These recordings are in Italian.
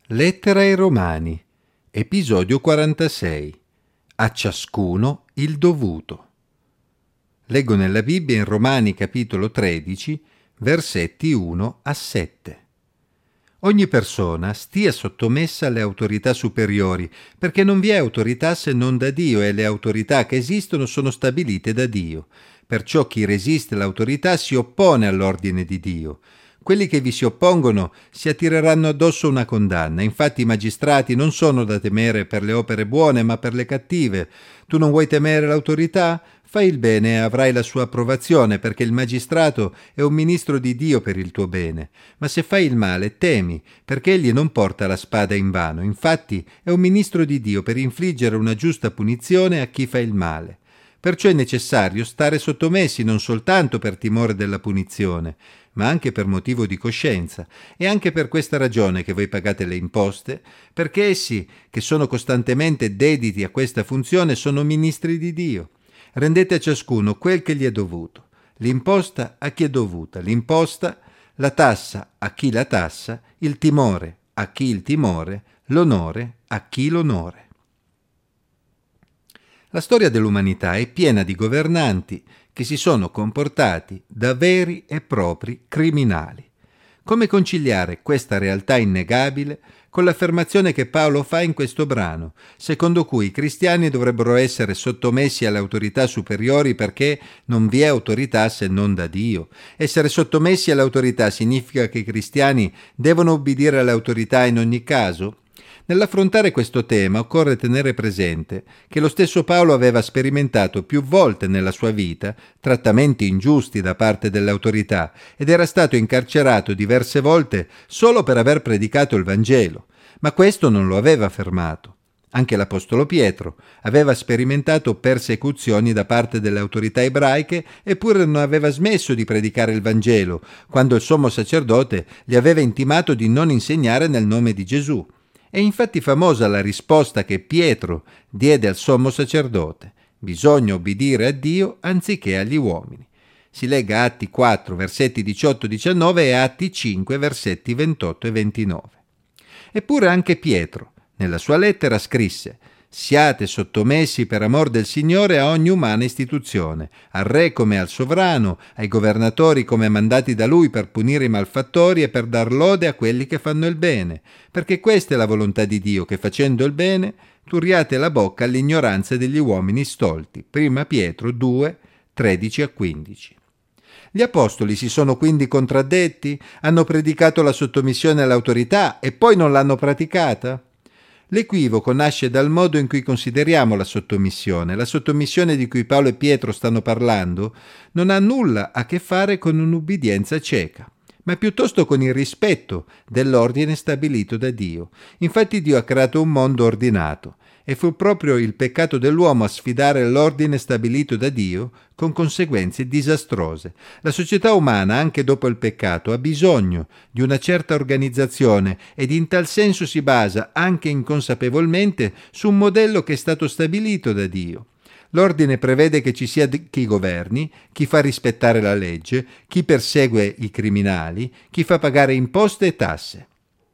Lettera ai Romani, episodio 46. A ciascuno il dovuto. Leggo nella Bibbia in Romani capitolo 13, versetti 1 a 7. Ogni persona stia sottomessa alle autorità superiori, perché non vi è autorità se non da Dio e le autorità che esistono sono stabilite da Dio. Perciò chi resiste l'autorità si oppone all'ordine di Dio. Quelli che vi si oppongono si attireranno addosso una condanna. Infatti i magistrati non sono da temere per le opere buone, ma per le cattive. Tu non vuoi temere l'autorità? Fai il bene e avrai la sua approvazione, perché il magistrato è un ministro di Dio per il tuo bene. Ma se fai il male, temi, perché egli non porta la spada invano. Infatti è un ministro di Dio per infliggere una giusta punizione a chi fa il male. Perciò è necessario stare sottomessi non soltanto per timore della punizione, ma anche per motivo di coscienza. E anche per questa ragione che voi pagate le imposte, perché essi, che sono costantemente dediti a questa funzione, sono ministri di Dio. Rendete a ciascuno quel che gli è dovuto. L'imposta a chi è dovuta, l'imposta, la tassa a chi la tassa, il timore a chi il timore, l'onore a chi l'onore. La storia dell'umanità è piena di governanti che si sono comportati da veri e propri criminali. Come conciliare questa realtà innegabile con l'affermazione che Paolo fa in questo brano, secondo cui i cristiani dovrebbero essere sottomessi alle autorità superiori perché non vi è autorità se non da Dio? Essere sottomessi alle autorità significa che i cristiani devono obbedire alle autorità in ogni caso? Nell'affrontare questo tema occorre tenere presente che lo stesso Paolo aveva sperimentato più volte nella sua vita trattamenti ingiusti da parte delle autorità ed era stato incarcerato diverse volte solo per aver predicato il Vangelo, ma questo non lo aveva fermato. Anche l'apostolo Pietro aveva sperimentato persecuzioni da parte delle autorità ebraiche eppure non aveva smesso di predicare il Vangelo quando il sommo sacerdote gli aveva intimato di non insegnare nel nome di Gesù. È infatti famosa la risposta che Pietro diede al sommo sacerdote: bisogna obbedire a Dio anziché agli uomini. Si legga Atti 4, versetti 18-19 e Atti 5, versetti 28 e 29. Eppure anche Pietro, nella sua lettera, scrisse: siate sottomessi per amor del Signore a ogni umana istituzione, al re come al sovrano, ai governatori come mandati da lui per punire i malfattori e per dar lode a quelli che fanno il bene, perché questa è la volontà di Dio, che facendo il bene turriate la bocca all'ignoranza degli uomini stolti. Prima Pietro 2, 13 a 15. Gli apostoli si sono quindi contraddetti? Hanno predicato la sottomissione all'autorità e poi non l'hanno praticata? L'equivoco nasce dal modo in cui consideriamo la sottomissione. La sottomissione di cui Paolo e Pietro stanno parlando non ha nulla a che fare con un'ubbidienza cieca, ma piuttosto con il rispetto dell'ordine stabilito da Dio. Infatti Dio ha creato un mondo ordinato e fu proprio il peccato dell'uomo a sfidare l'ordine stabilito da Dio con conseguenze disastrose. La società umana, anche dopo il peccato, ha bisogno di una certa organizzazione ed in tal senso si basa, anche inconsapevolmente, su un modello che è stato stabilito da Dio. L'ordine prevede che ci sia chi governi, chi fa rispettare la legge, chi persegue i criminali, chi fa pagare imposte e tasse.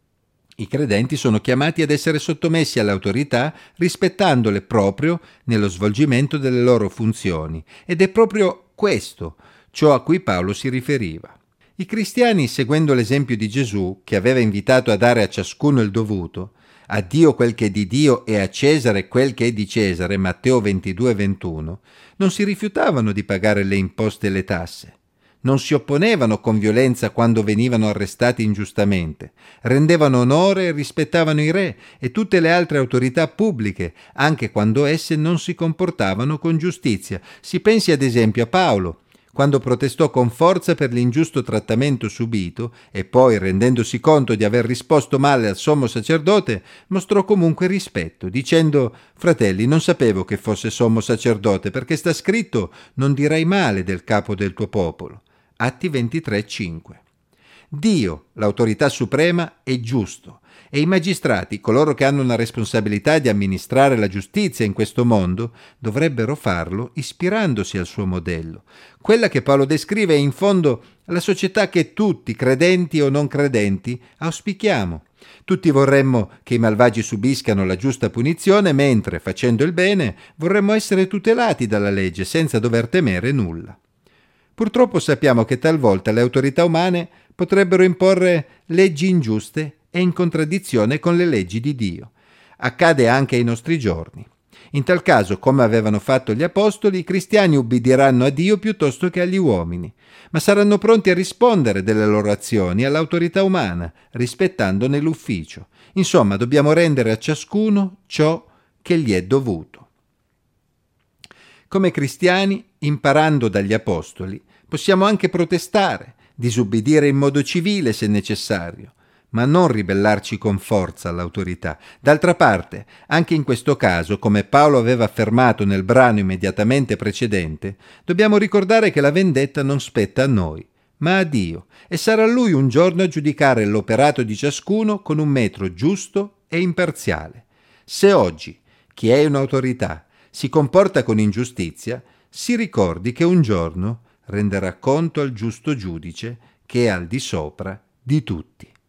I credenti sono chiamati ad essere sottomessi alle autorità rispettandole proprio nello svolgimento delle loro funzioni, ed è proprio questo ciò a cui Paolo si riferiva. I cristiani, seguendo l'esempio di Gesù, che aveva invitato a dare a ciascuno il dovuto, a Dio quel che è di Dio e a Cesare quel che è di Cesare, Matteo 22, 21, non si rifiutavano di pagare le imposte e le tasse. Non si opponevano con violenza quando venivano arrestati ingiustamente, rendevano onore e rispettavano i re e tutte le altre autorità pubbliche, anche quando esse non si comportavano con giustizia. Si pensi ad esempio a Paolo, quando protestò con forza per l'ingiusto trattamento subito e poi, rendendosi conto di aver risposto male al sommo sacerdote, mostrò comunque rispetto, dicendo: «Fratelli, non sapevo che fosse sommo sacerdote, perché sta scritto: non dirai male del capo del tuo popolo». Atti 23, 5. Dio, l'autorità suprema, è giusto e i magistrati, coloro che hanno una responsabilità di amministrare la giustizia in questo mondo, dovrebbero farlo ispirandosi al suo modello. Quella che Paolo descrive è in fondo la società che tutti, credenti o non credenti, auspichiamo. Tutti vorremmo che i malvagi subiscano la giusta punizione, mentre, facendo il bene, vorremmo essere tutelati dalla legge senza dover temere nulla. Purtroppo sappiamo che talvolta le autorità umane potrebbero imporre leggi ingiuste e in contraddizione con le leggi di Dio. Accade anche ai nostri giorni. In tal caso, come avevano fatto gli apostoli, i cristiani ubbidiranno a Dio piuttosto che agli uomini, ma saranno pronti a rispondere delle loro azioni all'autorità umana, rispettandone l'ufficio. Insomma, dobbiamo rendere a ciascuno ciò che gli è dovuto. Come cristiani, imparando dagli apostoli, possiamo anche protestare, disubbidire in modo civile se necessario, ma non ribellarci con forza all'autorità. D'altra parte, anche in questo caso, come Paolo aveva affermato nel brano immediatamente precedente, dobbiamo ricordare che la vendetta non spetta a noi, ma a Dio, e sarà Lui un giorno a giudicare l'operato di ciascuno con un metro giusto e imparziale. Se oggi chi è in autorità si comporta con ingiustizia, si ricordi che un giorno renderà conto al giusto giudice che è al di sopra di tutti.